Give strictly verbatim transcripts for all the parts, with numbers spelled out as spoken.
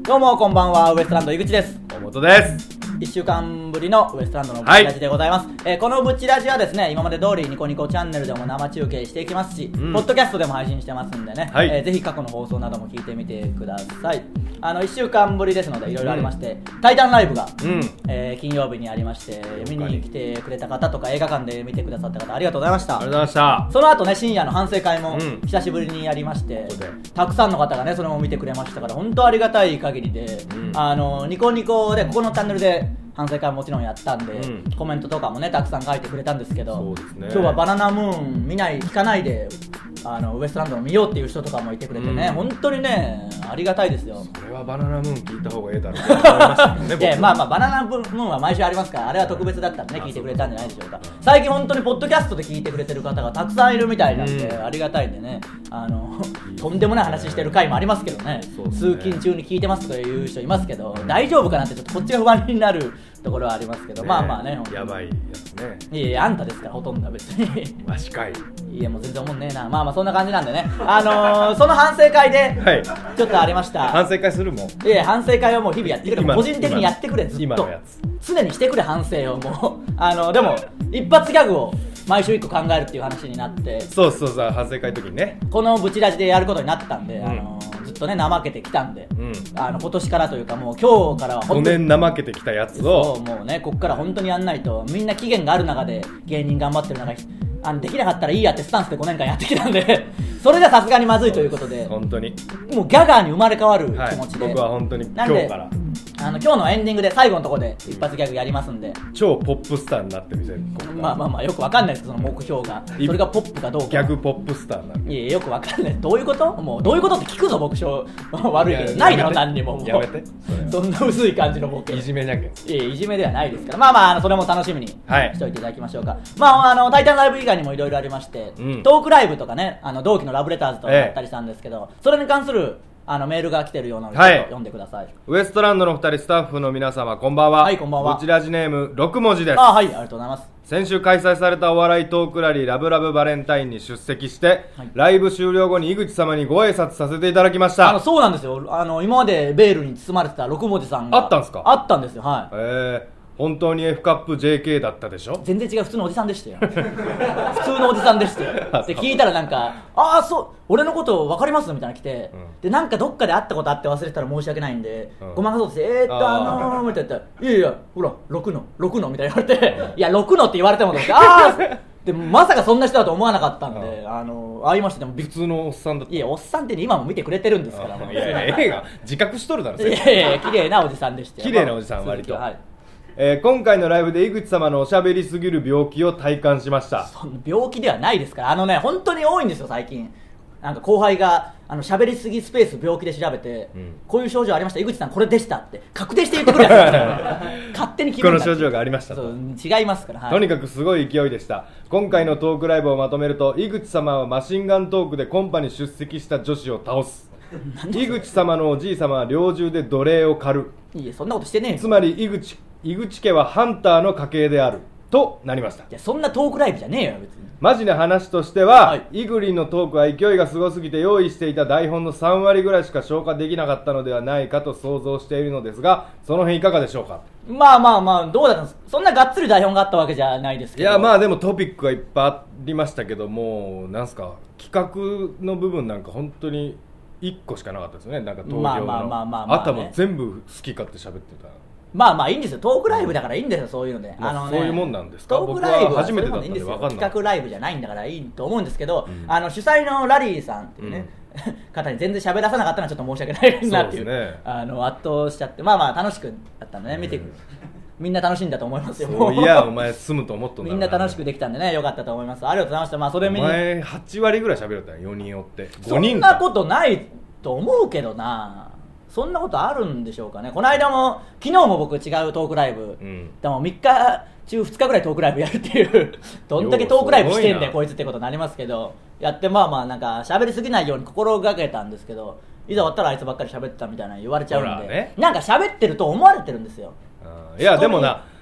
どうもこんばんは、ウエストランド井口です。 大本です。 いっしゅうかんぶりのウエストランドのブチラジでございます、はい。えー、このブチラジはですね、今まで通りニコニコチャンネルでも生中継していきますし、うん、ポッドキャストでも配信してますんでね、はい、えー、ぜひ過去の放送なども聞いてみてください。あのいっしゅうかんぶりですのでいろいろありまして、うん、タイタンライブが、うん、えー、金曜日にありまして、見に来てくれた方とか映画館で見てくださった方ありがとうございました。 ありがとうございました。 その後ね、深夜の反省会も久しぶりにやりまして、うん、たくさんの方がねそれも見てくれましたから本当ありがたい限りで、うん、あのニコニコでここのチャンネルで反省会ももちろんやったんで、うん、コメントとかもねたくさん書いてくれたんですけど、そうですね、今日はバナナムーン見ない聞かないであのウエストランドを見ようっていう人とかもいてくれてね、うん、本当にねありがたいですよ。 それはバナナムーン聞いた方がええだろうと思いましたけどね。 いやまあまあバナナムーンは毎週ありますから、あれは特別だったらね聞いてくれたんじゃないでしょうか。最近本当にポッドキャストで聞いてくれてる方がたくさんいるみたいなんで、うん、ありがたいんでね、あのとんでもない話してる回もありますけどね、ね、通勤中に聞いてますという人いますけど、大丈夫かなってちょっとこっちが不安になるところはありますけど、ね、まあまあね、 やばいやつね。 いやいや、あんたですからほとんどは別にマジかい。 いやもう全然思んねえな。まあまあそんな感じなんでね、あのー、その反省会でちょっとありました、はい、 反省会するもん。 いや反省会はもう日々やってくれ、個人的にやってくれ、ずっと今のやつ常にしてくれ反省を。もうあのでも一発ギャグを毎週いっこ考えるっていう話になって、 そうそうそう、反省会の時にねこのブチラジでやることになったんで、うん、あのずっとね怠けてきたんで、うん、あの今年からというかもう今日からはごねん怠けてきたやつをそうもうねこっから本当にやんないと、みんな期限がある中で芸人頑張ってる中、あのできなかったらいいやってスタンスでごねんかんやってきたんでそれじゃさすがにまずいということで、 本当にもうギャガーに生まれ変わる気持ちで、 はい、僕は本当に今日からあの今日のエンディングで最後のところで一発ギャグやりますんで、 超ポップスターになってみせる。 まあまあまあよくわかんないですけど、その目標がそれがポップかどうか。 ギャグポップスターになる。 いやよくわかんない。どういうこと？もうどういうことって聞くぞ目標悪いけどないだろ何にも。もうやめてそんな薄い感じのボケ。 いじめじゃけん。 いやいじめではないですから、まあまあ、あのそれも楽しみにしておいていただきましょうか、はい。まああのタイタンライブ以外にもいろいろありまして、うん、トークライブとかね、あの同期のラブレターズとかやったりしたんですけど、ええ、それに関するあのメールが来てるようなので、はい、ちょっと読んでください。 ウエストランドのふたりスタッフの皆様こんばんは。 はい、こんばんは。 ブチラジネームろく文字です。 あ、はい、ありがとうございます。 先週開催されたお笑いトークラリーラブラブバレンタインに出席して、はい、ライブ終了後に井口様にご挨拶させていただきました。 あのそうなんですよ、あの今までベールに包まれてたろく文字さんがあったんですか？ あったんですよ。はい。 えー本当に F カップ ジェーケー だったでしょ？ 全然違う、普通のおじさんでしたよ普通のおじさんでしたよで聞いたらなんか、ああそう俺のこと分かりますみたいな来て、うん、でなんかどっかで会ったことあって忘れてたら申し訳ないんで、うん、ごまかそうとしてえー、っとあのーみたいな言ったら、いやいやほらろくのろくのみたいな言われていやろくのって言われてもと思って、ああでもまさかそんな人だと思わなかったんで、あの会いました。でも普通のおっさんだった。 いやおっさんって、ね、今も見てくれてるんですからいやいや映画自覚しとるだろ。 いやいや綺麗なおじさんでしたよ。 綺麗なおじさん割と、はい。えー、今回のライブで井口様のおしゃべりすぎる病気を体感しました。 そんな病気ではないですから、あのね本当に多いんですよ最近。なんか後輩があの喋りすぎスペース病気で調べて、うん、こういう症状ありました井口さんこれでしたって確定して言ってくるやつですよ勝手に決めるこの症状がありましたと。 そう違いますから、はい、 とにかくすごい勢いでした。今回のトークライブをまとめると、井口様はマシンガントークでコンパに出席した女子を倒す井口様のおじい様は猟銃で奴隷を狩る。 いやそんなことしてねえよ。 つまり井口井口家はハンターの家系であるとなりました。いやそんなトークライブじゃねえよ別に。 マジな話としては、はい、イグリンのトークは勢いがすごすぎて用意していた台本のさんわりぐらいしか消化できなかったのではないかと想像しているのですが、その辺いかがでしょうか？ まあまあまあどうだったんですか？そんながっつり台本があったわけじゃないですけど。 いやまあでもトピックがいっぱいありましたけども、なんすか企画の部分なんか本当にいっこしかなかったですよね。なんか登場の、まあまあまあまあまあ、ね、頭全部好き勝手喋ってた。 まあまあいいんですよ、トークライブだからいいんですよ、そういうので、 まああのね、 そういうもんなんですか？ トークライブは初めてだったんで分かんない。 企画ライブじゃないんだからいいと思うんですけど、うん、あの主催のラリーさんっていうね、うん、方に全然喋らさなかったのはちょっと申し訳ないなっていう、ね、あの圧倒しちゃって、まあまあ楽しくだったんでね、見てくる、うん、みんな楽しいんだと思いますよ。 そういやお前住むと思っとんだみんな楽しくできたんでね、よかったと思います。ありがとうございました。まあそれ見にお前はちわりぐらい喋ったよよにんおってごにんか。そんなことないと思うけどな。そんなことあるんでしょうかね。この間も昨日も僕違うトークライブ、うん、でもみっか中ふつかぐらいトークライブやるっていうどんだけトークライブしてんだよこいつってことになりますけど、やってまあまあなんか喋りすぎないように心がけたんですけど、いざ終わったらあいつばっかり喋ってたみたいな言われちゃうんで、ね、なんか喋ってると思われてるんですよ。 いやでもな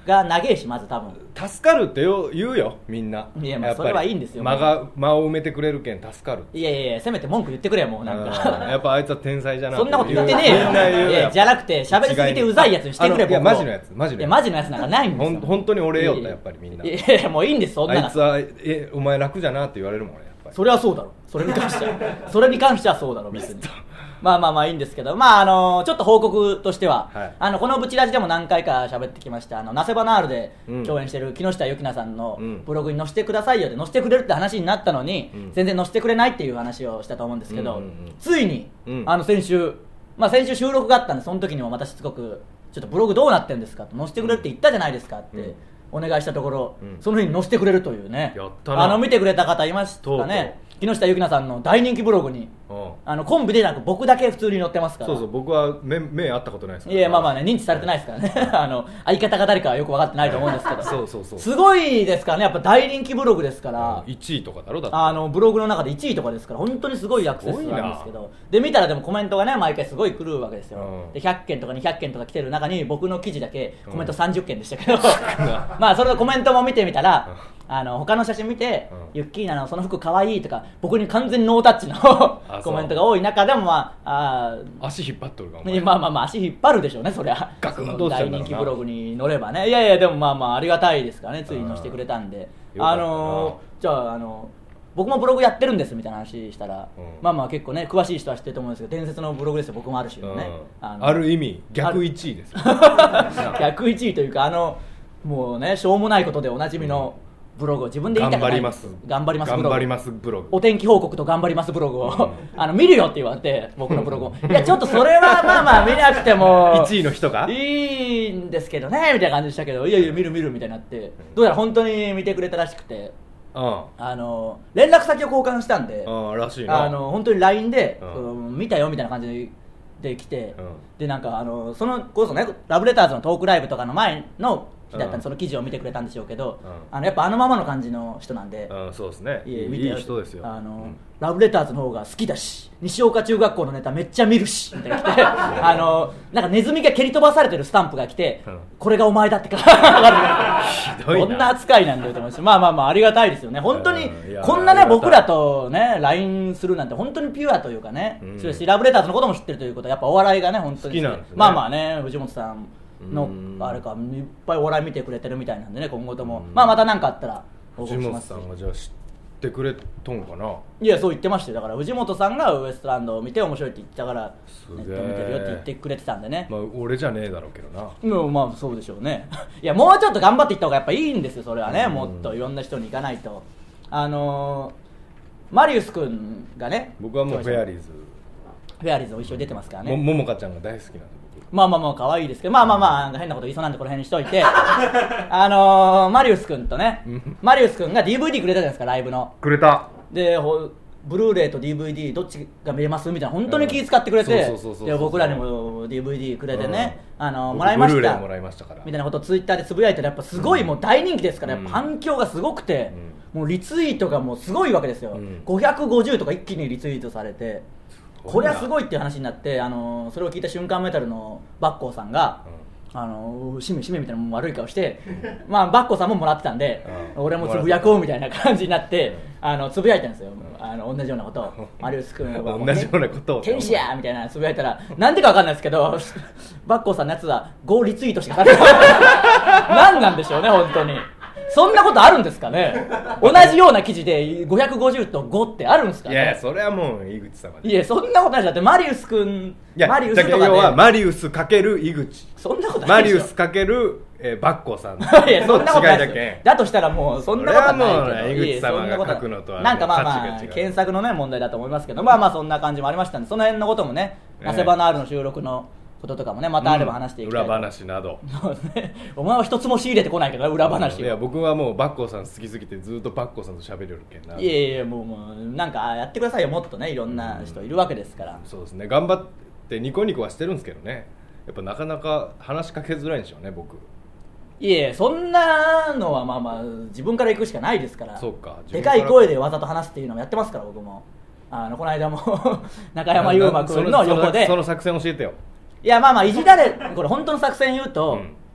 が長えし、まず多分助かるって言うよみんな。 いや、まあそれはいいんですよ。 間が間を埋めてくれるけん助かる。 いやいや、せめて文句言ってくれよ、もうなんかやっぱあいつは天才じゃなそんなこと言ってねえよ。 みんな言うよ。 じゃなくて喋りすぎてうざいやつにしてくれ。 いやマジのやつ、マジのやつ。 いやマジのやつなんかないんですよ。 本当に俺よったやっぱりみんな。 いやいや、もういいんです、そんなの。 あいつはえお前楽じゃなって言われるもん俺やっぱり。 それはそうだろ、それに関してはそれに関してはそうだろ別にまあまあまあいいんですけど、まああのちょっと報告としては、はい、あのこのブチラジでも何回か喋ってきましたあのナセバナールで共演している木下ゆきなさんのブログに載せてくださいよって載せてくれるって話になったのに、うん、全然載せてくれないっていう話をしたと思うんですけど、うんうんうん、ついに、うん、あの先週、まあ、先週収録があったんでその時にもまたしつこくちょっとブログどうなってるんですかと載せてくれるって言ったじゃないですかって、うんお願いしたところ、うん、その日に載せてくれるというね。 やったな。 あの見てくれた方いますかね。木下ゆきなさんの大人気ブログに、うん、あのコンビでなく僕だけ普通に載ってますから。 そうそう、僕は目目合ったことないですから。 いやまあまあね、認知されてないですからねあの相方が誰かはよく分かってないと思うんですけどそうそうそう、 すごいですからね、やっぱ大人気ブログですから、 いちいとかだろだって、 あのブログの中でいちいとかですから本当にすごいアクセスなんですけど、で見たらでもコメントがね毎回すごい来るわけですよ、うん、でひゃっけんとかにひゃっけんとか来てる中に僕の記事だけコメントさんじゅっけんでしたけど、うん、まあそれのコメントも見てみたら、うんあの他の写真見て、うん、ユッキーナのその服かわいいとか僕に完全にノータッチのコメントが多い中でも、まあ、あ足引っ張っとるかもまあまあまあ足引っ張るでしょうねそりゃ大人気ブログに載ればね。いやいやでもまあまあありがたいですからね、ついに載せてくれたんで、あのー、じゃああの僕もブログやってるんですみたいな話したら、うん、まあまあ結構ね詳しい人は知ってると思うんですけど伝説のブログですよ僕もあるしね、うん、 あのある意味逆いちいです逆いちいというかあのもうねしょうもないことでおなじみの、うんブログを自分で言いたくない。 頑張ります頑張りますブログ頑張りますブログお天気報告と頑張りますブログを、うん、あの見るよって言われて僕のブログをいやちょっとそれはまあまあ見なくてもいちいの人がいいんですけどねみたいな感じでしたけどいやいや見る見るみたいになってどうやら本当に見てくれたらしくて、うん、あの連絡先を交換したんで、 うん、らしいなあの本当に ライン で、うんうん、見たよみたいな感じでで来て、うん、でなんかあのそのこそねラブレターズのトークライブとかの前の日だったんで、うん、その記事を見てくれたんでしょうけど、うん、あのやっぱあのままの感じの人なんで、 うん、そうですねいい、 見ていい人ですよあの、うん、ラブレターズの方が好きだし西岡中学校のネタめっちゃ見るしみたいな来てあのなんかネズミが蹴り飛ばされてるスタンプが来て、うん、これがお前だってかひどいなこんな扱いなんだよと思います。まあまあまあありがたいですよね本当にこんなね僕らとね ライン するなんて本当にピュアというかね、うん、そうですしラブレターズのことも知ってるということはやっぱお笑いがね本当に好きなんですね。 まあまあね藤本さんのあれかいっぱいお笑い見てくれてるみたいなんでね今後とも、まあまた何かあったら報告します。 藤本さんがじゃあ知ってくれとんかな。 いやそう言ってましたよ。だから藤本さんがウエストランドを見て面白いって言ったからネット見てるよって言ってくれてたんでね。 まあ俺じゃねえだろうけどな。 うん、まあそうでしょうねいやもうちょっと頑張っていった方がやっぱいいんですよそれはね、もっといろんな人に行かないと。あのー、マリウス君がね僕はもうフェアリーズフェアリーズを一緒に出てますからね。 ももかちゃんが大好きなんでまあまあまあ可愛いですけどまあまあまあ変なこと言いそうなんでこの辺にしといてあのー、マリウス君とねマリウス君が ディーブイディー くれたじゃないですかライブのくれたでブルーレイと ディーブイディー どっちが見れますみたいな本当に気遣ってくれて僕らにも ディーブイディー くれてね、うん、あのー、もらいましたもらいましたからみたいなことをツイッターでつぶやいたらやっぱすごいもう大人気ですから、やっぱ反響がすごくて、うん、もうリツイートがもうすごいわけですよ、うん、ごひゃくごじゅうとか一気にリツイートされてこれはすごいっていう話になって、あのー、それを聞いた瞬間メタルのバッコーさんが、うん、あのー、しめしめみたいな悪い顔して、うん、まあバッコーさんももらってたんで、うん、俺もつぶやこうみたいな感じになって、うん、あのつぶやいたんですよ、うん、あの同じようなことをマリウス君は同じようなことを天使やみたいなつぶやいたらなんでかわかんないですけどバッコーさんのやつはごリツイートしかされてない何なんでしょうね本当に。そんなことあるんですかね同じような記事でごひゃくごじゅうとごってあるんですかね。 いやそれはもう井口様いやそんなことないじゃん。だってマリウス君マリウスとかで要はマリウス×井口そんなことないでしょ。マリウス×えー、バッコーさんのいやそんなことないですよ。だとしたらもうそんなことはないけど、 井口様が書くのとはなんかまあまあ検索のね問題だと思いますけど、まあまあそんな感じもありましたんで、その辺のこともねナセバナールの収録のこととかもねまたあれば話していきたい、 うん、裏話などお前は一つも仕入れてこないけど裏話を。 いや僕はもうバッコーさん好きすぎてずっとバッコーさんと喋れるけんな。 いやいやもうもうなんかやってくださいよもっとねいろんな人いるわけですから、 うん、そうですね頑張ってニコニコはしてるんですけどねやっぱなかなか話しかけづらいんでしょうね僕。 いやそんなのはまあまあ自分から行くしかないですから。 そうかでかい声でわざと話すっていうのもやってますから僕も。あのこの間も中山優馬君の横でその作戦教えてよ。 いやまあまあいじられこれ本当の作戦言うと、うん、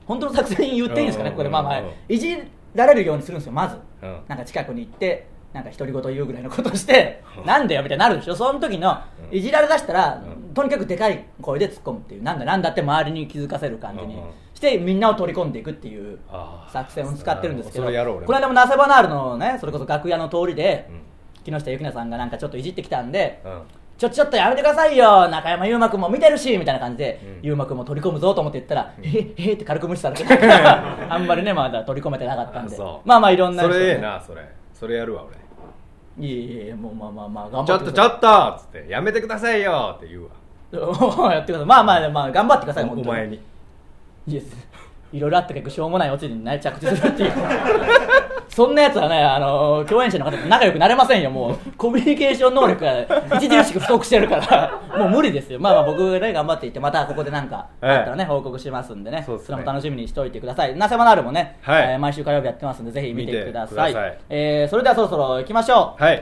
本当の作戦言っていいんですかね、これまあまあいじられるようにするんですよまず、うん、なんか近くに行ってなんか独り言言うぐらいのことをして、うん、なんだよみたいになるでしょ。その時のいじられだしたら、うん、とにかくでかい声で突っ込むっていう、なんだなんだって周りに気づかせる感じにしてみんなを取り込んでいくっていう作戦を使ってるんですけど、この間もナセバナールのねそれこそ楽屋の通りで、うん、木下ゆきなさんがなんかちょっといじってきたんで、うん、ちょちょっとやめてくださいよ中山優馬くんも見てるしみたいな感じで、うん、優馬くんも取り込むぞと思って言ったら、うん、へへって軽く無視されてあんまりねまだ取り込めてなかったんで、まあまあいろんな人、ね、 それええな、それそれやるわ俺。 いやいやもうまあまあまあ頑張ってちょっとちょっとっつってやめてくださいよって言うわやってください。まあまあまあ頑張ってください。 お前にいやいろいろあって結構しょうもないオチに、ね、着地するっていうそんなやつはね、あの共演者の方と仲良くなれませんよ。もうコミュニケーション能力が著しく不足してるからもう無理ですよ。まあまあ僕ね頑張っていってまたここでなんかあったらね、ええ、報告しますんで ね, そ, でねそれも楽しみにしておいてください。ナセマナールもね、はい、えー、毎週火曜日やってますんでぜひ見てください。さいえー、それではそろそろ行きましょう。はい、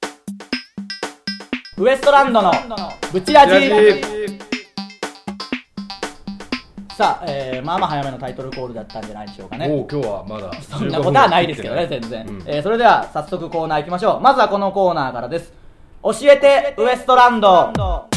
ウエストランドのブチラジ。さあ、えー、まあまあ早めのタイトルコールだったんじゃないでしょうかね。 お今日はまだそんなことはないですけどね全然、うん、えー、それでは早速コーナー行きましょう。まずはこのコーナーからです。教えてウエストランド。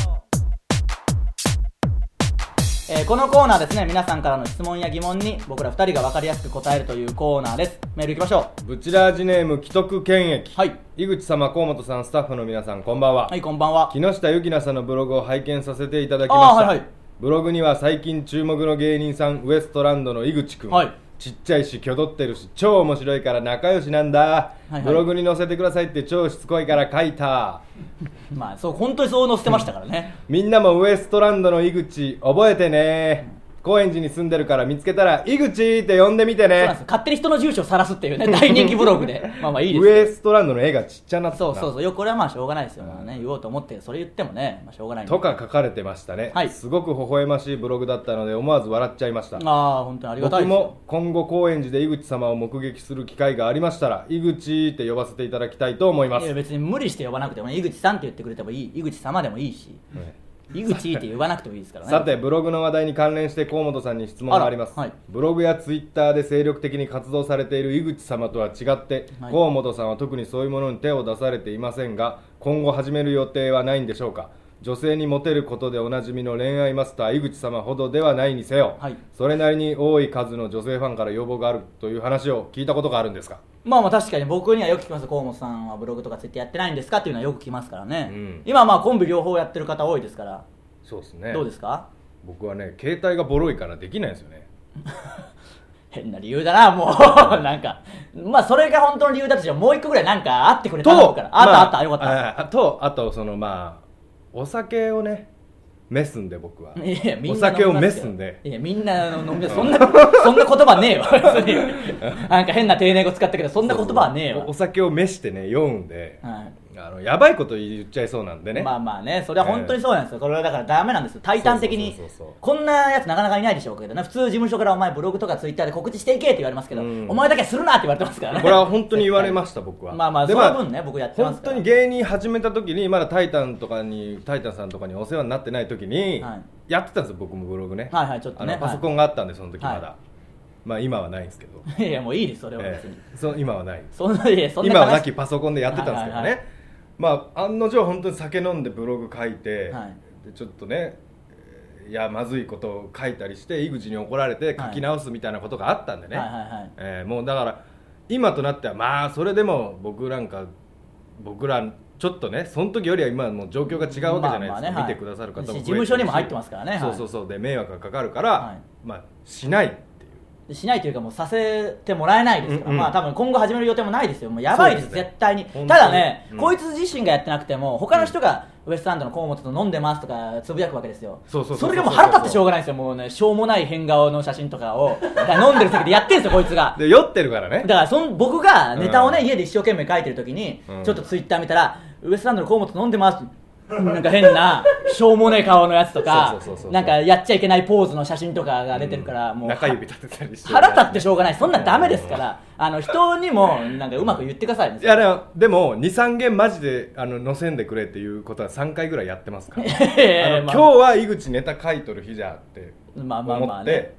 えー、このコーナーですね、皆さんからの質問や疑問に僕らふたりが分かりやすく答えるというコーナーです。メールいきましょう。 ブチラージネーム既得権益、はい、井口様、河本さん、スタッフの皆さんこんばんは。 はい、こんばんは。 木下ゆきなさんのブログを拝見させていただきました。あ、はいはい、ブログには最近注目の芸人さんウエストランドの井口くん、はい、ちっちゃいし挙動ってるし超面白いから仲良しなんだ、はいはい、ブログに載せてくださいって超しつこいから書いたまあそう本当にそう載せてましたからねみんなもウエストランドの井口覚えてね。高円寺に住んでるから見つけたら井口って呼んでみてね。そうなんです、 勝手に人の住所を晒すっていうね大人気ブログでまあまあいいです。 ウエストランドの絵がちっちゃなったな。 そうそうそう、よこれはまあしょうがないですよ、まあね、言おうと思ってそれ言ってもね、まあ、しょうがないとか書かれてましたね、はい、すごく微笑ましいブログだったので思わず笑っちゃいました。 ああ本当にありがたいですよ。 僕も今後高円寺で井口様を目撃する機会がありましたら井口って呼ばせていただきたいと思います。 いや別に無理して呼ばなくても、ね、井口さんって言ってくれてもいい、井口様でもいいし、はい井口って言わなくてもいいですからね。 さてブログの話題に関連して河本さんに質問があります、はい、ブログやツイッターで精力的に活動されている井口様とは違って、はい、河本さんは特にそういうものに手を出されていませんが今後始める予定はないんでしょうか。女性にモテることでおなじみの恋愛マスター井口様ほどではないにせよ、はい、それなりに多い数の女性ファンから要望があるという話を聞いたことがあるんですか。 まあまあ確かに僕にはよく聞きます。河本さんはブログとかツイッターやってないんですかっていうのはよく聞きますからね、うん、今はまあコンビ両方やってる方多いですから。 そうですね。 どうですか。 僕はね携帯がボロいからできないんですよね変な理由だなもうなんかまあそれが本当の理由だとしてももう一個ぐらいなんかあってくれたのからあった、まあ、あったよかった。 あとあとそのまあお酒をねメスんで僕はいやみんなお酒をメスんでいやみんな飲んでそんなそんな言葉ねえよなんか変な丁寧語使ったけどそんな言葉はねえよ。 お酒を召してね酔うんで、はい、あのやばいこと言っちゃいそうなんでね。 まあまあねそれは本当にそうなんですよ、えー、これはだからダメなんですよ体感的に。こんなやつなかなかいないでしょうけどね。普通事務所からお前ブログとかツイッターで告知していけって言われますけど、うん、お前だけするなって言われてますからね。 これは本当に言われました僕は。 まあまあその分ね僕やってますから。 本当に芸人始めた時にまだタイタンとかにタイタンさんとかにお世話になってない時に、はいやってたんですよ僕もブログね。 はいはいちょっとね。 あのパソコンがあったんでその時まだ、はい、まあ今はないんですけど。 いやもういいですそれは別に。 えー、そ今はない。 そんないやそんな今はなきパソコンでやってたんですけどね。はいはいはい、まあ案の定本当に酒飲んでブログ書いて、はい、でちょっとねいやまずいことを書いたりして井口に怒られて書き直すみたいなことがあったんでね。はいはいはいはいえー、もうだから今となってはまあそれでも僕なんか僕らちょっとねその時よりは今はもう状況が違うわけじゃないですか、まあまあねはい、見てくださる方も増えてるし事務所にも入ってますからね。 そうそうそうで迷惑がかかるから、はい、まあしないっていうしないというかもうさせてもらえないですから、うんうん、まあ多分今後始める予定もないですよ。もうやばいです、ね、絶対に。ただね、うん、こいつ自身がやってなくても他の人がウエストランドの河本と飲んでますとかつぶやくわけですよ。それがもう腹立ってしょうがないですよ。もうねしょうもない変顔の写真とかを飲んでる席でやってるんですよこいつが。 で酔ってるからね。 だからそん僕がネタをね、うん、家で一生懸命書いてる時に、うん、ちょっとツイッター見たらウエストランドの河本飲んでますなんか変なしょうもねえ顔のやつとかなんかやっちゃいけないポーズの写真とかが出てるから、うん、もう中指立てたりして腹立ってしょうがない。そんなんダメですから、うん、あの人にもなんかうまく言ってくださいね。 いやでも、でも にさんげんマジであの載せんでくれっていうことはさんかいぐらいやってますからあの、まあ、今日は井口ネタ書いとる日じゃって思って、まあまあまあね、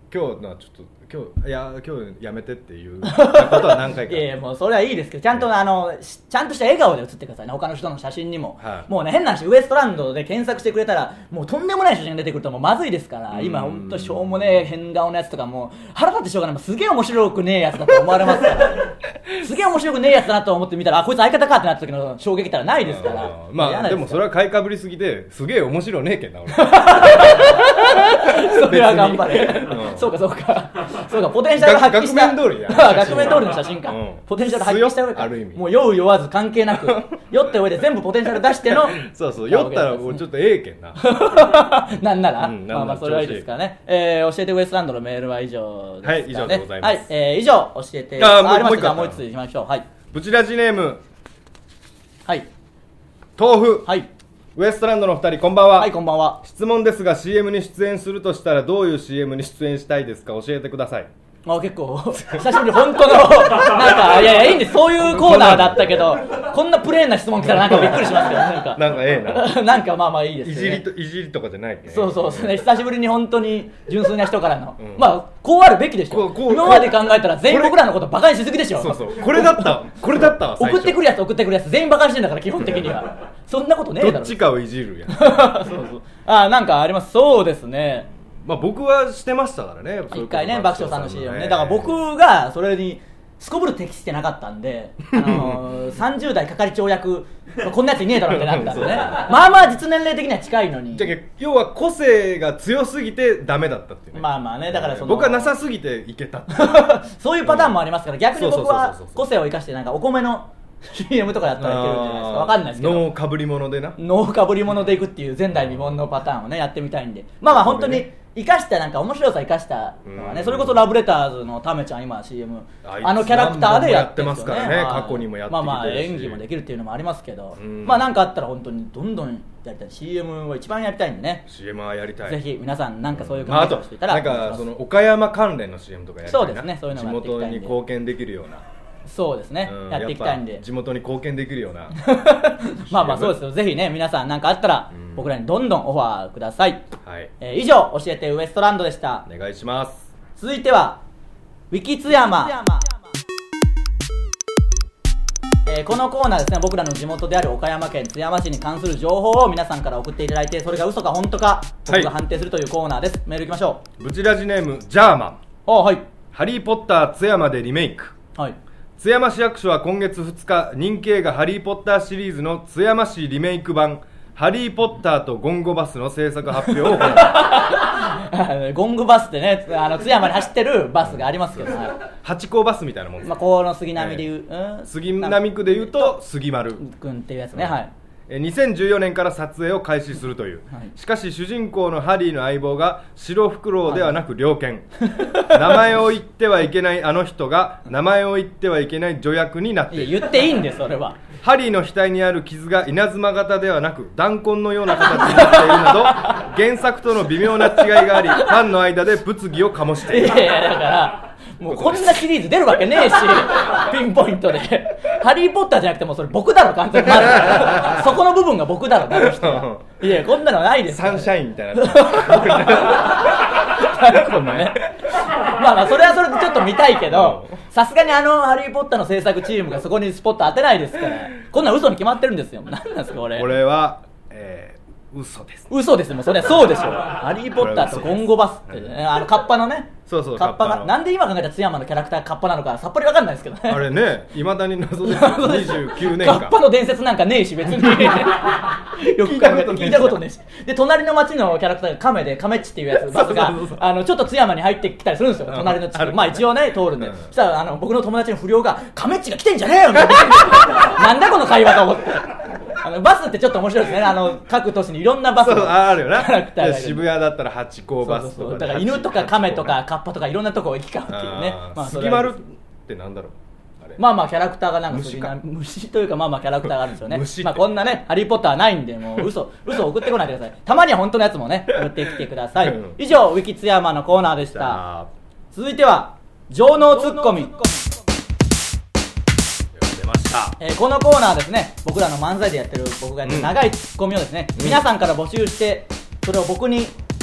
今日のはちょっと今日いや今日やめてっていうことは何回かいやいやもうそれはいいですけど、ちゃんとあのちゃんとした笑顔で写ってくださいね、他の人の写真にも、はい、もうね変な話ウエストランドで検索してくれたらもうとんでもない写真が出てくるともうまずいですから、今ほんとしょうもねえ変顔のやつとかもう腹立ってしょうがない、もうすげえ面白くねえやつだと思われますからすげえ面白くねえやつだなと思って見たらあこいつ相方かってなった時の衝撃たらないですから、 まあでもそれは買いかぶりすぎてすげえ面白ねえけんな俺それは頑張れ、うん、そうかそうかそうかポテンシャル発揮した額面通りや額面通りの写真か、うん、ポテンシャル発揮した上かある意味もう酔う酔わず関係なく酔って上で全部ポテンシャル出してのそうそう酔ったらもうちょっとええけんななんなら、うん、まあまあそれはいいですからね、えー、教えてウエストランドのメールは以上ですかね。 はい以上でございます、 はい、えー、以上教えてああありますか、 もう一ついきましょう。はいブチラジネームはい豆腐はいウエストランドのふたりこんばんは。 はいこんばんは。 質問ですが シーエム に出演するとしたらどういう シーエム に出演したいですか、教えてください。 あ結構久しぶり本当のなんかいやいやいいんです、そういうコーナーだったけどこんなプレーンな質問来たらなんかびっくりしますけどなんかなんかええななんかまあまあいいですね、いじりといじりとかじゃないっけ、ね、 そうそうそう、ね、久しぶりに本当に純粋な人からの、うん、まあこうあるべきでしょ。今まで考えたら全員僕らのことバカにしすぎでしょ。 そうそうこれだったこれだったわ送ってくるやつ送ってくるやつ全員バカにしてんだから基本的にはそんなことねえだろ。 どっちかをいじるやんそうそうあなんかあります。そうですね、 まあ、僕はしてましたからね一回ね爆笑さんの シーエム ね。だから僕がそれにすこぶる適してなかったんで、あのー、さんじゅう代係長役こんなやついねえだろってなったんでねまあまあ実年齢的には近いのに、 じゃあ要は個性が強すぎてダメだったっていうね。 まあまあねだからその僕はなさすぎていけたそういうパターンもありますから、逆に僕は個性を生かしてなんかお米のシーエム とかやったらいけるんじゃないですか。わかんないですけど脳かぶり物でな脳かぶり物でいくっていう前代未聞のパターンをねやってみたいんで、まあまあ本当に生かしたなんか面白さ生かしたのはね、それこそラブレターズのタメちゃん今 シーエム あのキャラクターでやってますからね。 過去にもやってきてるし、 まあまあ演技もできるっていうのもありますけど、まあなんかあったら本当にどんどんやりたい。 シーエム を一番やりたいんでね。 シーエム はやりたい。 ぜひ皆さんなんかそういう考えをしていたら、 なんかその岡山関連の シーエム とかやりたいな。 そうですね、そういうの地もやっていきたいんで元に貢献できるような。 そうですね、うん、やっていきたいんで地元に貢献できるようなまあまあそうですよ。ぜひね皆さん何かあったら僕らにどんどんオファーください、 はいえー、以上教えてウエストランドでした。 お願いします。 続いてはウィキ津山、えー、このコーナーですね、僕らの地元である岡山県津山市に関する情報を皆さんから送っていただいて、それが嘘か本当か僕が判定するというコーナーです、はい、メールいきましょう。ブチラジネームジャーマン。 あ、はい。 ハリーポッター津山でリメイク。 はい。 津山市役所は今月ふつか、人気映画ハリーポッターシリーズの津山市リメイク版ハリーポッターとゴンゴバスの制作発表を行うゴンゴバスってね、あの津山に走ってるバスがありますけど、はい、 八甲バスみたいなもんです、 まあ、この杉並でいう、えーうん、杉並区でいうと杉丸君っていうやつね、はい。 にせんじゅうよねんから撮影を開始するという、はい、しかし主人公のハリーの相棒が白フクロウではなく猟犬、はい、名前を言ってはいけないあの人が名前を言ってはいけない助役になっている。 いや言っていいんですそれは。 ハリーの額にある傷が稲妻型ではなく弾痕のような形になっているなど原作との微妙な違いがありファンの間で物議を醸している。 いやいやだからもうこんなシリーズ出るわけねえしピンポイントでハリーポッターじゃなくてもそれ僕だろ完全にそこの部分が僕だろだとしたらいやこんなのないですサンシャインみたいなこんなねまあまあそれはそれでちょっと見たいけどさすがにあのハリーポッターの制作チームがそこにスポット当てないですからこんなん嘘に決まってるんですよ。何なんですかこれ。 これは、えー嘘です。 嘘ですもうそれはそうでしょ。ハリーポッターとゴンゴバスってね、あのカッパのね。 そうそう。 カッパがなんで今考えたら津山のキャラクターカッパなのかさっぱりわかんないですけどね。 あれね、いまだに謎です。にじゅうきゅうねんかん。 カッパの伝説なんかねえし別に。よく考えた聞いたことねえし。で隣の町のキャラクターがカメでカメッチっていうやつバスがあのちょっと津山に入ってきたりするんですよ。隣の地区まあ一応ね通るんで。そしたらあの僕の友達の不良がカメッチが来てんじゃねえよみたいな。なんだこの会話と思って。あのバスってちょっと面白いですね。あの各都市にいろんなバスがあるよな。渋谷だったら八甲バスとか、 そうそうそうだから犬とか亀とかカッパとかいろんなとこ行き交うっていうね。 まあ、杉丸ってなんだろう。あれまあまあキャラクターがなんか虫か虫というかまあまあキャラクターがあるんですよね。まあこんなねハリーポッターはないんでもう嘘嘘送ってこないでください。たまには本当のやつもね送ってきてください。以上ウィキ津山のコーナーでした。続いては情能ツッコミ。えー、このコーナーですね、僕らの漫才でやってる僕がやってる長いツッコミをですね、うん、皆さんから募集してそれを僕に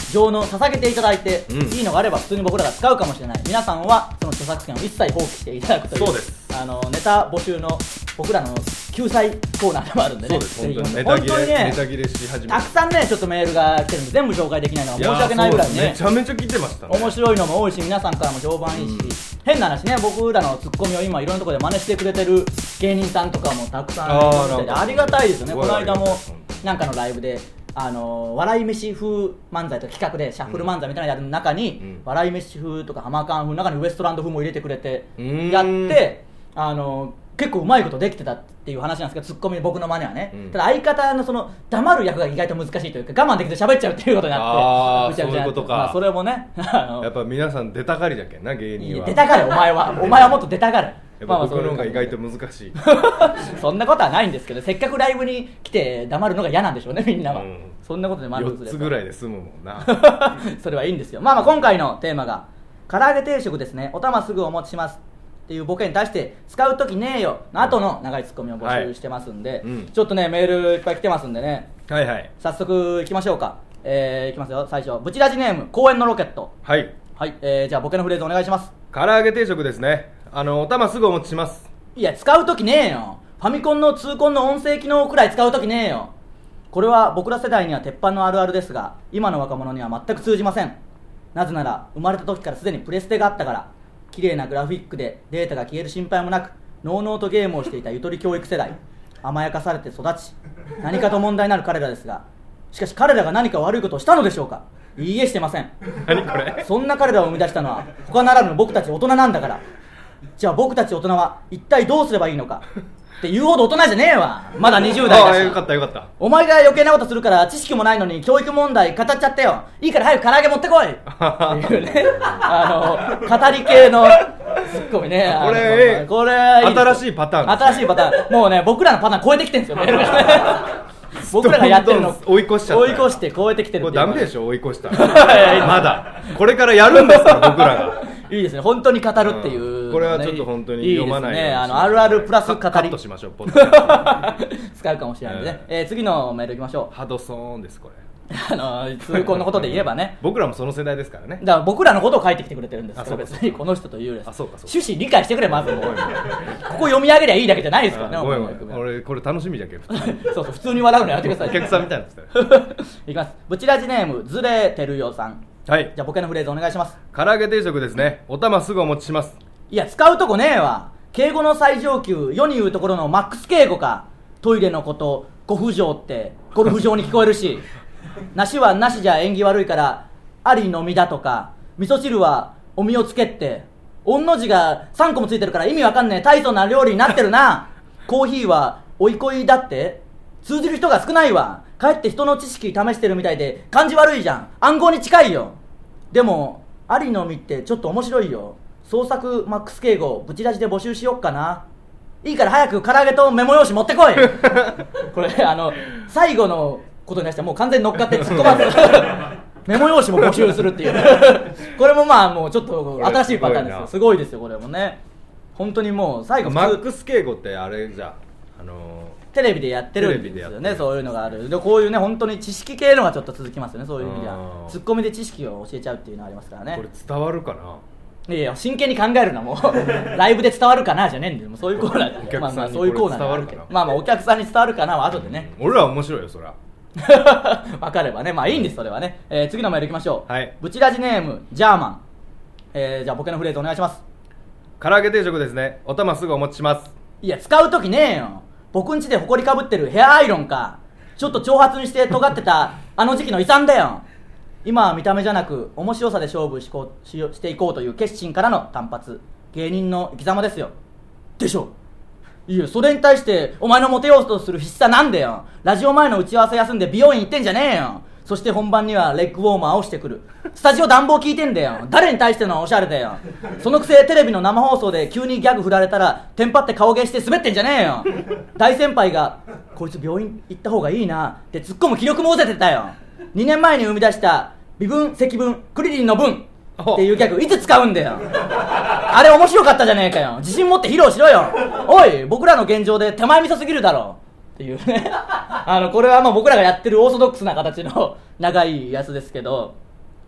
上納捧げていただいて、 うん、 いいのがあれば普通に僕らが使うかもしれない。皆さんはその著作権を一切放棄していただくという、 そうです、 あのネタ募集の僕らの救済コーナーでもあるんでね。 そうです、本当にネタ切れ、ね、ネタ切れし始めたくさんねちょっとメールが来てるんで全部紹介できないのが申し訳ないぐらいね、 めちゃめちゃ来てましたね。 面白いのも多いし皆さんからも評判いいし、うん、変な話ね、僕らのツッコミを今いろんなところで真似してくれてる芸人さんとかもたくさんいるみたいで、ありがたいですよね。この間もなんかのライブであの笑い飯風漫才と企画でシャッフル漫才みたいなのやる中に、うん、笑い飯風とかハマカン風の中にウエストランド風も入れてくれてやって、あの結構うまいことできてたっていう話なんですけど、ツッコミ僕の真似はね、うん、ただ相方のその黙る役が意外と難しいというか我慢できて喋っちゃうっていうことになって、 あそういうことか、 まあ、それもねやっぱ皆さん出たがりだけんな、芸人は。 いや出たがる、お前はお前はもっと出たがる。 やっぱ僕の方が意外と難しいそんなことはないんですけど、せっかくライブに来て黙るのが嫌なんでしょうね、みんなは、うん、そんなことで満足です。 よっつぐらいで済むもんなそれはいいんですよ。まあまあ今回のテーマが唐揚げ定食ですね。お玉すぐお持ちしますっていうボケに対して使うときねえよの後の長いツッコミを募集してますんで、はいうん、ちょっとねメールいっぱい来てますんでね、 はいはい、 早速いきましょうか。えー、いきますよ。最初ブチラジネーム公園のロケット。 はい、 はい、えー、じゃあボケのフレーズお願いします。 唐揚げ定食ですね。あのお玉すぐお持ちします。 いや使うときねえよ。ファミコンの痛恨の音声機能くらい使うときねえよ。これは僕ら世代には鉄板のあるあるですが、今の若者には全く通じません。なぜなら生まれた時からすでにプレステがあったから。綺麗なグラフィックでデータが消える心配もなく、ノーノーとゲームをしていたゆとり教育世代、甘やかされて育ち何かと問題になる彼らですが、しかし彼らが何か悪いことをしたのでしょうか。いいえしてません。 何これ。 そんな彼らを生み出したのは他ならぬ僕たち大人なんだから。じゃあ僕たち大人は一体どうすればいいのかって言うほど大人じゃねえわ。まだにじゅう代だし。 ああよかったよかった。 お前が余計なことするから知識もないのに教育問題語っちゃってよ。いいから早く唐揚げ持ってこいっていうねあの語り系のツッコミね。 これこれ新しいパターン、 新しいパターン。もうね僕らのパターン超えてきてるんですよね僕らがやってるの追い越しちゃった。 追い越して超えてきてるっていう。 これダメでしょ、追い越したらまだこれからやるんですから僕らがいいですね、本当に語るっていう、 うん、これはちょっと本当に読まないようにいいですね。あのあるあるプラス語りカットしましょうポッ使うかもしれないんでね、えー、次のメールいきましょう。 ハドソーンですこれあの痛恨のことで言えばね僕らもその世代ですからね。 だから僕らのことを書いてきてくれてるんですけど、別にこの人というよりです。 あそうかそうか、 趣旨理解してくれ。まずもうここ読み上げりゃいいだけじゃないですからね。 ごめんごめん、俺これ楽しみじゃけんそうそう普通に笑うのやめてください。 お客さんみたいないきます。ブチラジネームズレてるよさん。 はい、 じゃあボケのフレーズお願いします。 唐揚げ定食ですね。お玉すぐお持ちします。 いや使うとこねえわ。敬語の最上級、世に言うところのマックス敬語か。トイレのことゴフ場ってゴルフ場に聞こえるしなしはなしじゃ縁起悪いからありのみだとか、味噌汁はおみをつけって御の字がさんこもついてるから意味わかんねえ大層な料理になってるなコーヒーはおいこいだって通じる人が少ないわ。かえって人の知識試してるみたいで感じ悪いじゃん。暗号に近いよ。でもありのみってちょっと面白いよ。創作マックス敬語ブチラジで募集しよっかな。いいから早く唐揚げとメモ用紙持ってこいこれあの最後のことに対してはもう完全に乗っかって突っ込まずメモ用紙も募集するっていうこれもまあもうちょっと新しいパターンですよ。すごいですよこれもね。本当にもう最後マックス敬語ってあれじゃあのーテレビでやってるんですよね。そういうのがある。でこういうね本当に知識系のがちょっと続きますよね。そういう意味ではツッコミで知識を教えちゃうっていうのがありますからね。 これ伝わるかな。 いや真剣に考えるなもうライブで伝わるかなじゃねえんで、もうそういうコーナーまあまあそういうコーナーがあるけど、まあまあお客さんに伝わるかなは後でね、 うん、俺らは面白いよそら分かればね、まあいいんですそれはね、えー、次のメールいきましょう。 はい、 ブチラジネームジャーマン、えー、じゃあボケのフレーズお願いします。 唐揚げ定食ですね。お玉すぐお持ちします。 いや使うときねえよ。僕ん家でホコリかぶってるヘアアイロンか。ちょっと長髪にして尖ってたあの時期の遺産だよ。今は見た目じゃなく面白さで勝負しこう し, していこうという決心からの単発、芸人の生き様ですよ。でしょ。いやそれに対してお前のモテようとする必死さなんだよ。ラジオ前の打ち合わせ休んで美容院行ってんじゃねえよ。そして本番にはレッグウォーマーをしてくる。スタジオ暖房効いてんだよ。誰に対してのおしゃれだよ。そのくせテレビの生放送で急にギャグ振られたらテンパって顔芸して滑ってんじゃねえよ。大先輩がこいつ病院行った方がいいなって突っ込む気力も失せてたよ。にねんまえに生み出した微分積分クリリンの分っていうギャグいつ使うんだよ。あれ面白かったじゃねえかよ。自信持って披露しろよ。おい僕らの現状で手前味噌すぎるだろっていうねあのこれはまあ僕らがやってるオーソドックスな形の長いやつですけど、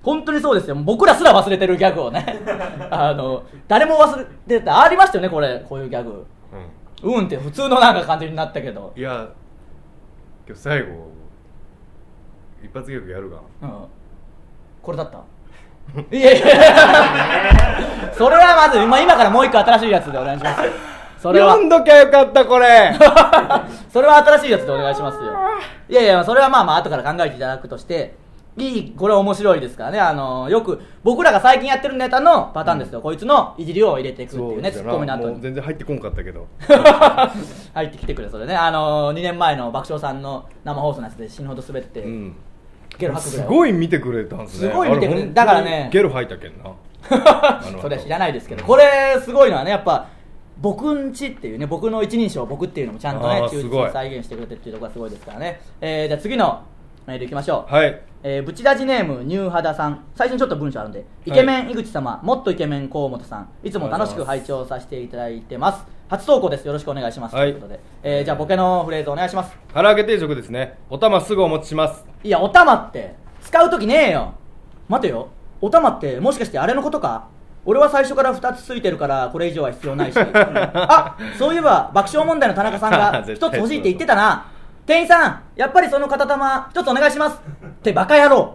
本当にそうですよ。僕らすら忘れてるギャグをねあの誰も忘れてた。ありましたよねこれ、こういうギャグ。うん、うんって普通のなんか感じになったけど。 いや今日最後一発ギャグやるが、 うん、これだったいやいやそれはまず、まあ、今からもう一個新しいやつでお願いします。それは読んどきゃよかったこれそれは新しいやつでお願いしますよ。いやいや、それはまあまあ後から考えていただくとして、いい、これは面白いですからね。あのよく僕らが最近やってるネタのパターンですよ、うん、こいつのいじりを入れていくっていうね、ツッコミの後に。 もう全然入ってこんかったけど入ってきてくれ。それね、あのにねんまえの爆笑さんの生放送のやつで死ぬほど滑って、うん、ゲロ吐くぐらい。 すごい見てくれたんですね。 すごい見てくれだからね、 ゲロ吐いたけんなそれは知らないですけど、これすごいのはね、やっぱ僕んちっていうね、僕の一人称僕っていうのもちゃんとね忠実に再現してくれてっていうところがすごいですからね。えー、じゃあ次のメールいきましょう。 はい。 えー、ブチラジネームニューハダさん、最初にちょっと文章あるんで、イケメン井口様、もっとイケメン河本さん、いつも楽しく拝聴させていただいてます。初投稿です、よろしくお願いします、はい、ということで、えー、じゃあボケのフレーズお願いします。 唐揚げ定食ですね。お玉すぐお持ちします。 いや、お玉って使うときねえよ。待てよ、お玉ってもしかしてあれのことか。俺は最初からふたつついてるからこれ以上は必要ないしあ、そういえば爆笑問題の田中さんがひとつ欲しいって言ってたな店員さん、やっぱりその片玉ひとつお願いしますってバカ野郎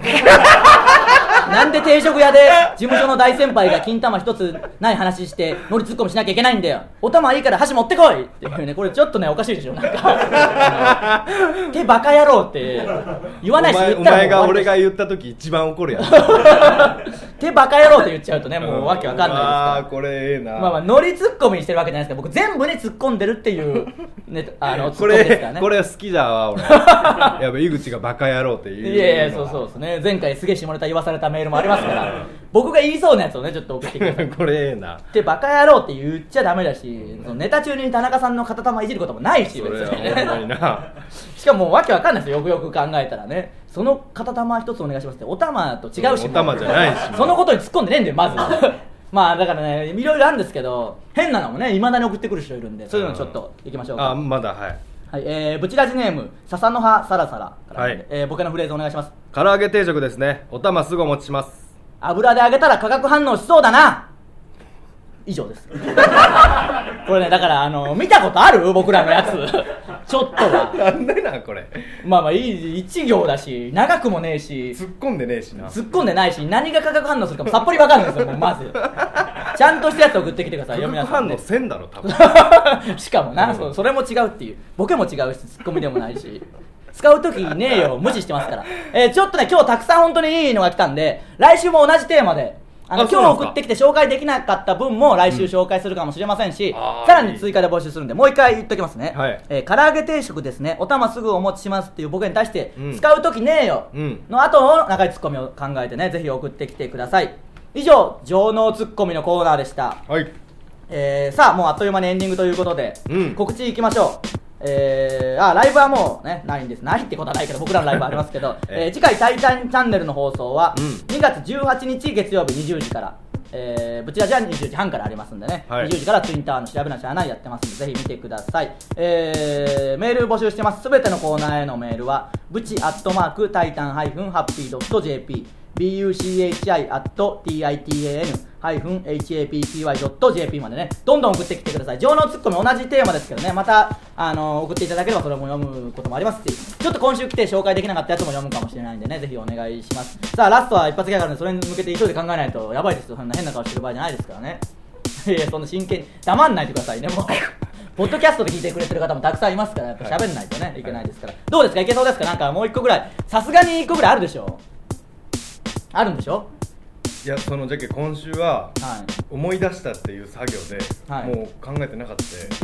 なんで定食屋で事務所の大先輩が金玉一つない話してノリツッコミしなきゃいけないんだよ。お玉いいから箸持ってこいっていうね、これちょっとねおかしいでしょ。なんか手バカ野郎って言わないし、言ったらお前が俺が言った時一番怒るやつ手バカ野郎って言っちゃうとね、もうわけわかんないですから。 ああこれええな。 まあまあノリツッコミにしてるわけじゃないですか。僕全部に突っ込んでるっていうね、あのこれですからね。これ好きだわ俺やっぱ井口がバカ野郎って言う。 いやいや、そうそうですね。前回すげえ下ネタ言わされたメールもありますから僕が言いそうなやつをねちょっと送ってきてくださいこれええな。 でバカ野郎って言っちゃダメだし、そのネタ中に田中さんの片玉いじることもないし、別にねしかももうわけわかんないですよ、よくよく考えたらね。その片玉一つお願いしますってお玉と違うし、 お玉じゃないしそのことに突っ込んでねえんだよまずまあだからね、いろいろあるんですけど、変なのもねいまだに送ってくる人いるんで、そういうのちょっといきましょうか。 あ、まだはいはい、えー、ブチラジネーム笹の葉サラサラから、はい、えー、ボケのフレーズお願いします。 唐揚げ定食ですね。お玉すぐお持ちします。 油で揚げたら化学反応しそうだな。以上ですこれね、だからあの見たことある僕らのやつちょっとはなんでなんこれ。 まあまあいい一行だし長くもねえし突っ込んでねえしな。 突っ込んでないし、何が化学反応するかもさっぱり分かんないですよもうまずちゃんとしたやつ送ってきてください。 化学反応せんだろ多分しかもな、うん、そ, それも違うっていう、ボケも違うしツッコミでもないし使うときねえよ、無視してますから、えー、ちょっとね今日たくさん本当にいいのが来たんで、来週も同じテーマであの今日送ってきて紹介できなかった分も来週紹介するかもしれませんし、うん、さらに追加で募集するんでもう一回言っときますね、はい、えー、唐揚げ定食ですね、お玉すぐお持ちしますっていうボケに対して、うん、使うときねえよの後の長いツッコミを考えてね、ぜひ送ってきてください。以上、情能ツッコミのコーナーでした、はい。えー、さあもうあっという間にエンディングということで、うん、告知いきましょう。えー、あライブはもうねないんです。ないってことはないけど僕らのライブありますけど、えー、次回タイタンチャンネルの放送はにがつじゅうはちにち月曜日にじゅうじから、えー、ブチラジはにじゅうじはんからありますんでね、はい、にじゅうじからツインタワーの調べなしゃあないやってますんで、ぜひ見てください。えー、メール募集してます。すべてのコーナーへのメールはブチアットマークタイタンハイフンハッピードット ジェーピービーユーシーエイチアイアットティーアイティーエーエヌハイフンエイチエーピーピーワイドットジェーピー までね、どんどん送ってきてください。情能ツッコミ同じテーマですけどね、またあの送っていただければそれも読むこともありますし、ちょっと今週来て紹介できなかったやつも読むかもしれないんでね、ぜひお願いします。さあラストは一発ギャグあるんで、それに向けて急いで考えないとやばいですよ。そんな変な顔してる場合じゃないですからねいやそんな真剣に黙んないでくださいね。もうポッドキャストで聞いてくれてる方もたくさんいますから、やっぱ喋んないとね、はい、いけないですから。どうですか、いけそうですか。なんかもう一個ぐらい、さすがに一個ぐらいあるでしょ。あるんでしょ。 いや、そのじゃけ今週は思い出したっていう作業で、はい、もう考えてなかった。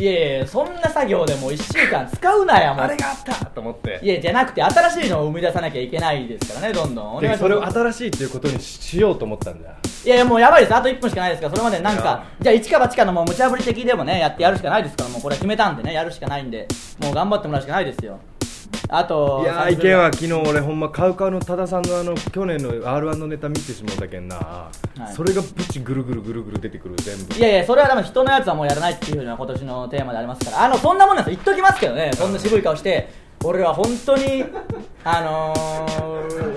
いやいや、そんな作業でもういっしゅうかん使うなやもう。 あれがあったと思って。 いやじゃなくて新しいのを生み出さなきゃいけないですからね、どんどんお願いします。 それを新しいっていうことにしようと思ったんだ。 いやいやもうやばいです。あといっぷんしかないですから、それまでなんかじゃあ一か八かのもう無茶ぶり的でもねやってやるしかないですから、もうこれ決めたんでねやるしかないんで、もう頑張ってもらうしかないですよ。あといやー、いけんわ。昨日俺ほんまカウカウの多田さんのあの去年の アールワン のネタ見てしもうたけんな、はい、それがブチぐるぐるぐるぐる出てくる全部。 いやいや、それは多分人のやつはもうやらないっていうのが今年のテーマでありますから、あのそんなもんなんですよ。言っときますけどね、そんな渋い顔して俺は本当にあのー、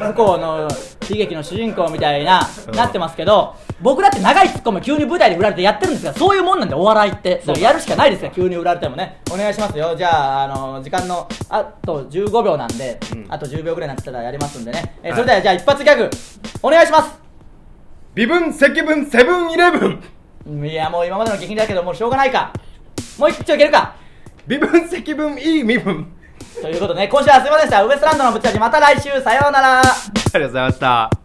不幸の悲劇の主人公みたいな、うん、なってますけど、僕だって長いツッコミを急に舞台で振られてやってるんですが、そういうもんなんでお笑いってそれやるしかないですよ。急に振られてもね。お願いしますよ。じゃあ、あの時間のあとじゅうごびょうなんで、うん、あとじゅうびょうぐらいになってたらやりますんでね、えー、それではじゃあ一発ギャグお願いします。 微分積分セブンイレブン。いやもう今までの激似だけどもうしょうがないか。もう一丁いけるか。 微分積分いい身分ということで、ね、今週はすいませんでした。ウエストランドのぶっちゃけ、また来週さようなら。ありがとうございました。